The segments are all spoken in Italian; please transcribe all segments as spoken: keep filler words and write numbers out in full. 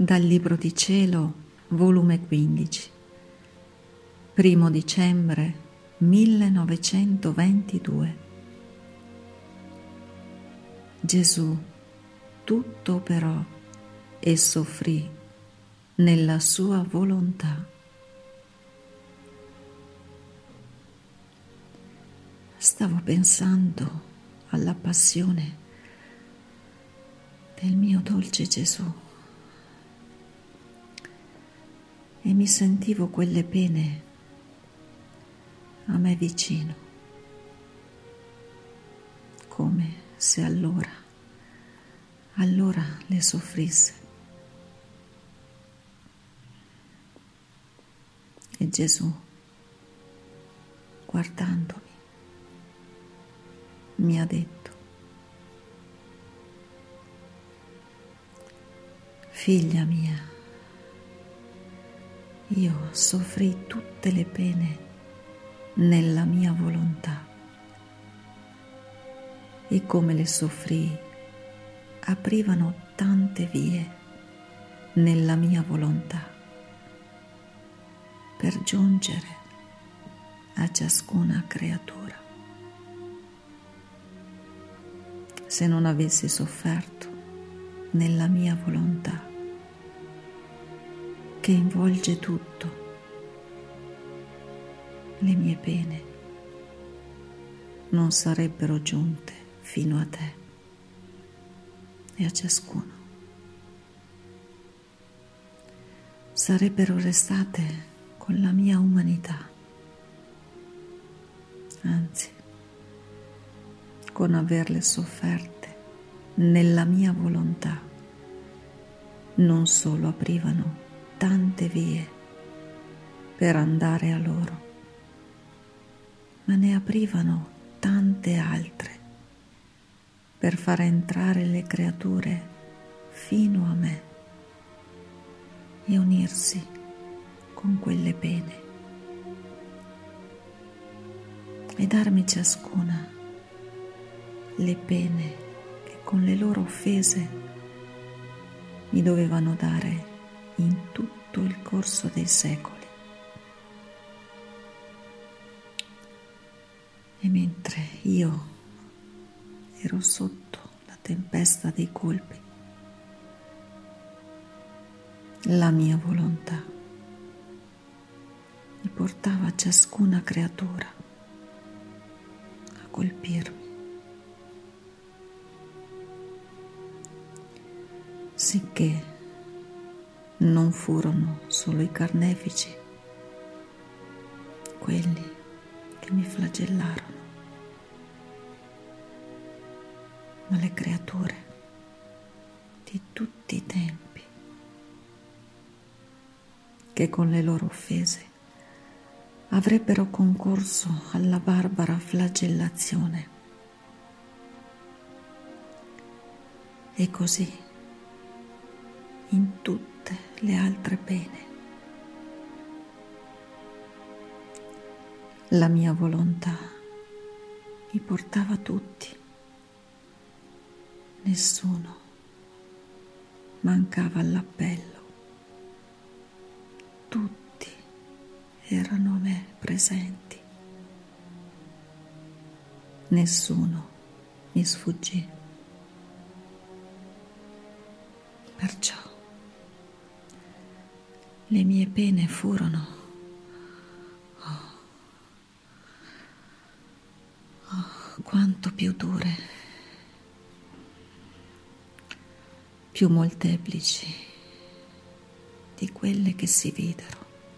Dal Libro di Cielo, volume quindici, primo dicembre millenovecentoventidue. Gesù tutto operò e soffrì nella sua volontà. Stavo pensando alla passione del mio dolce Gesù e mi sentivo quelle pene a me vicino, come se allora, allora le soffrisse. E Gesù, guardandomi, mi ha detto: figlia mia, io soffrii tutte le pene nella mia volontà e come le soffrii aprivano tante vie nella mia volontà per giungere a ciascuna creatura. Se non avessi sofferto nella mia volontà, che involge tutto, le mie pene non sarebbero giunte fino a te e a ciascuno. Sarebbero restate con la mia umanità, anzi, con averle sofferte nella mia volontà, non solo aprivano tante vie per andare a loro, ma ne aprivano tante altre per far entrare le creature fino a me e unirsi con quelle pene e darmi ciascuna le pene che con le loro offese mi dovevano dare in tutto il corso dei secoli. E mentre io ero sotto la tempesta dei colpi, la mia volontà mi portava ciascuna creatura a colpirmi, sicché non furono solo i carnefici quelli che mi flagellarono, ma le creature di tutti i tempi che con le loro offese avrebbero concorso alla barbara flagellazione. E così in tutte le altre pene. La mia volontà mi portava tutti, nessuno mancava all'appello, tutti erano a me presenti, nessuno mi sfuggì. Perciò le mie pene furono oh, oh, quanto più dure, più molteplici di quelle che si videro.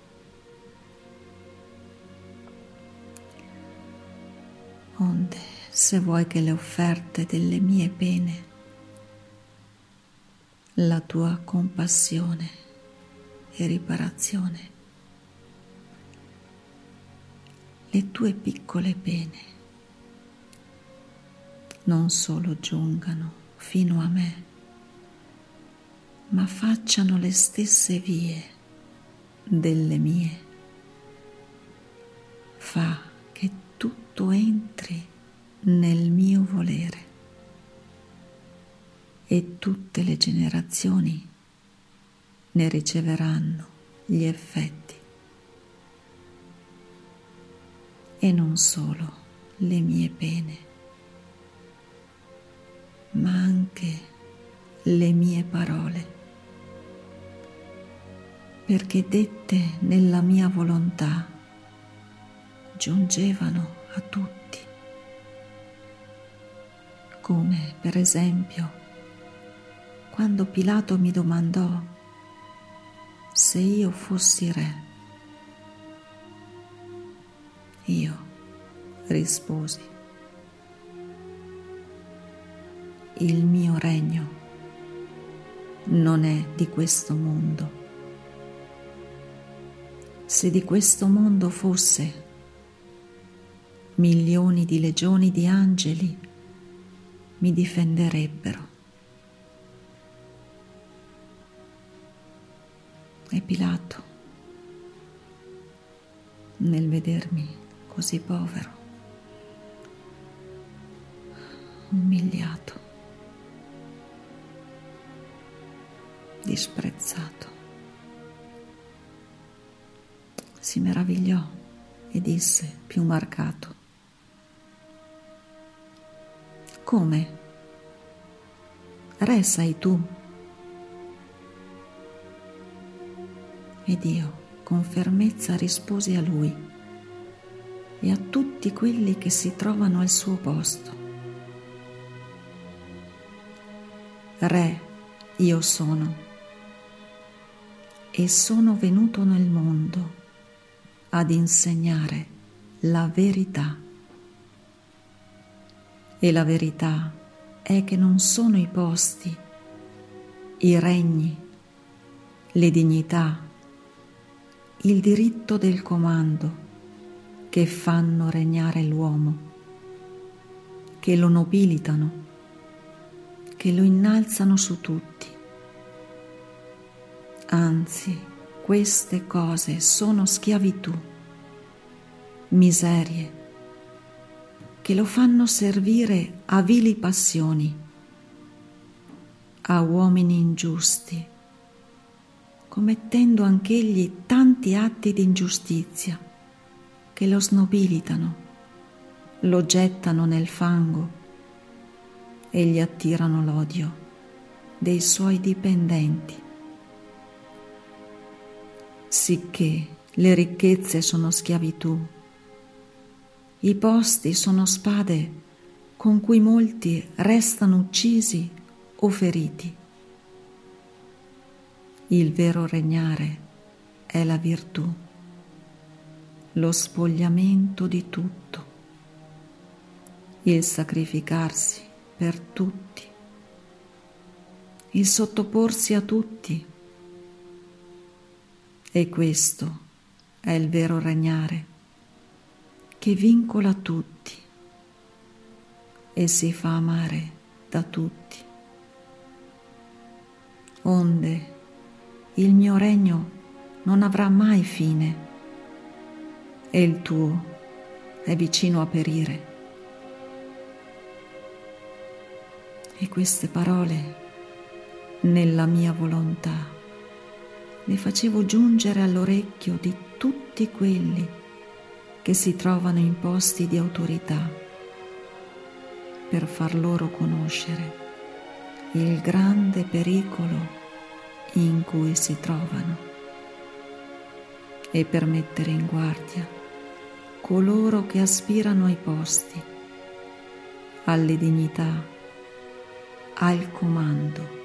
Onde, se vuoi che le offerte delle mie pene, la tua compassione e riparazione, le tue piccole pene non solo giungano fino a me, ma facciano le stesse vie delle mie. Fa che tutto entri nel mio volere e tutte le generazioni ne riceveranno gli effetti. E non solo le mie pene, ma anche le mie parole, perché dette nella mia volontà giungevano a tutti, come per esempio quando Pilato mi domandò se io fossi re. Io risposi: il mio regno non è di questo mondo. Se di questo mondo fosse, milioni di legioni di angeli mi difenderebbero. E Pilato, nel vedermi così povero, umiliato, disprezzato, si meravigliò e disse più marcato: come? Re sei tu? Ed io con fermezza risposi a lui e a tutti quelli che si trovano al suo posto: Re io sono, e sono venuto nel mondo ad insegnare la verità. E la verità è che non sono i posti, i regni, le dignità, il diritto del comando che fanno regnare l'uomo, che lo nobilitano, che lo innalzano su tutti. Anzi, queste cose sono schiavitù, miserie, che lo fanno servire a vili passioni, a uomini ingiusti, commettendo anch'egli tanti atti di ingiustizia che lo snobilitano, lo gettano nel fango e gli attirano l'odio dei suoi dipendenti. Sicché le ricchezze sono schiavitù, i posti sono spade con cui molti restano uccisi o feriti. Il vero regnare è la virtù, lo spogliamento di tutto, il sacrificarsi per tutti, il sottoporsi a tutti. E questo è il vero regnare, che vincola tutti e si fa amare da tutti. Onde il mio regno non avrà mai fine e il tuo è vicino a perire. E queste parole, nella mia volontà, le facevo giungere all'orecchio di tutti quelli che si trovano in posti di autorità, per far loro conoscere il grande pericolo in cui si trovano e per mettere in guardia coloro che aspirano ai posti, alle dignità, al comando